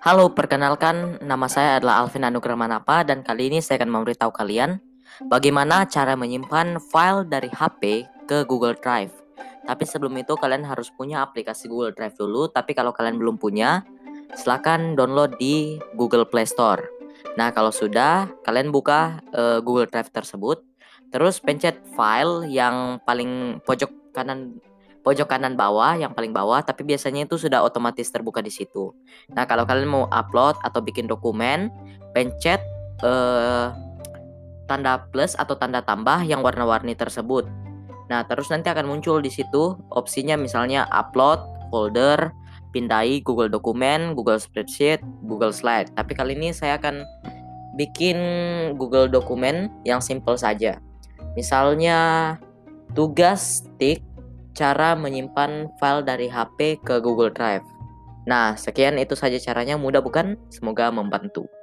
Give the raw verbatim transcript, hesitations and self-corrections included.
Halo, perkenalkan nama saya adalah Alvin Anugrah Manapa dan kali ini saya akan memberitahu kalian bagaimana cara menyimpan file dari H P ke Google Drive. Tapi sebelum itu kalian harus punya aplikasi Google Drive dulu, tapi kalau kalian belum punya, silakan download di Google Play Store. Nah, kalau sudah, kalian buka uh, Google Drive tersebut, terus pencet file yang paling pojok kanan pojok kanan bawah, yang paling bawah, tapi biasanya itu sudah otomatis terbuka di situ. Nah, kalau kalian mau upload atau bikin dokumen, pencet eh, tanda plus atau tanda tambah yang warna-warni tersebut. Nah, terus nanti akan muncul di situ opsinya misalnya upload, folder, pindai Google Dokumen, Google Spreadsheet, Google Slide. Tapi kali ini saya akan bikin Google Dokumen yang simple saja. Misalnya tugas tik cara menyimpan file dari H P ke Google Drive. Nah, sekian itu saja caranya, mudah bukan? Semoga membantu.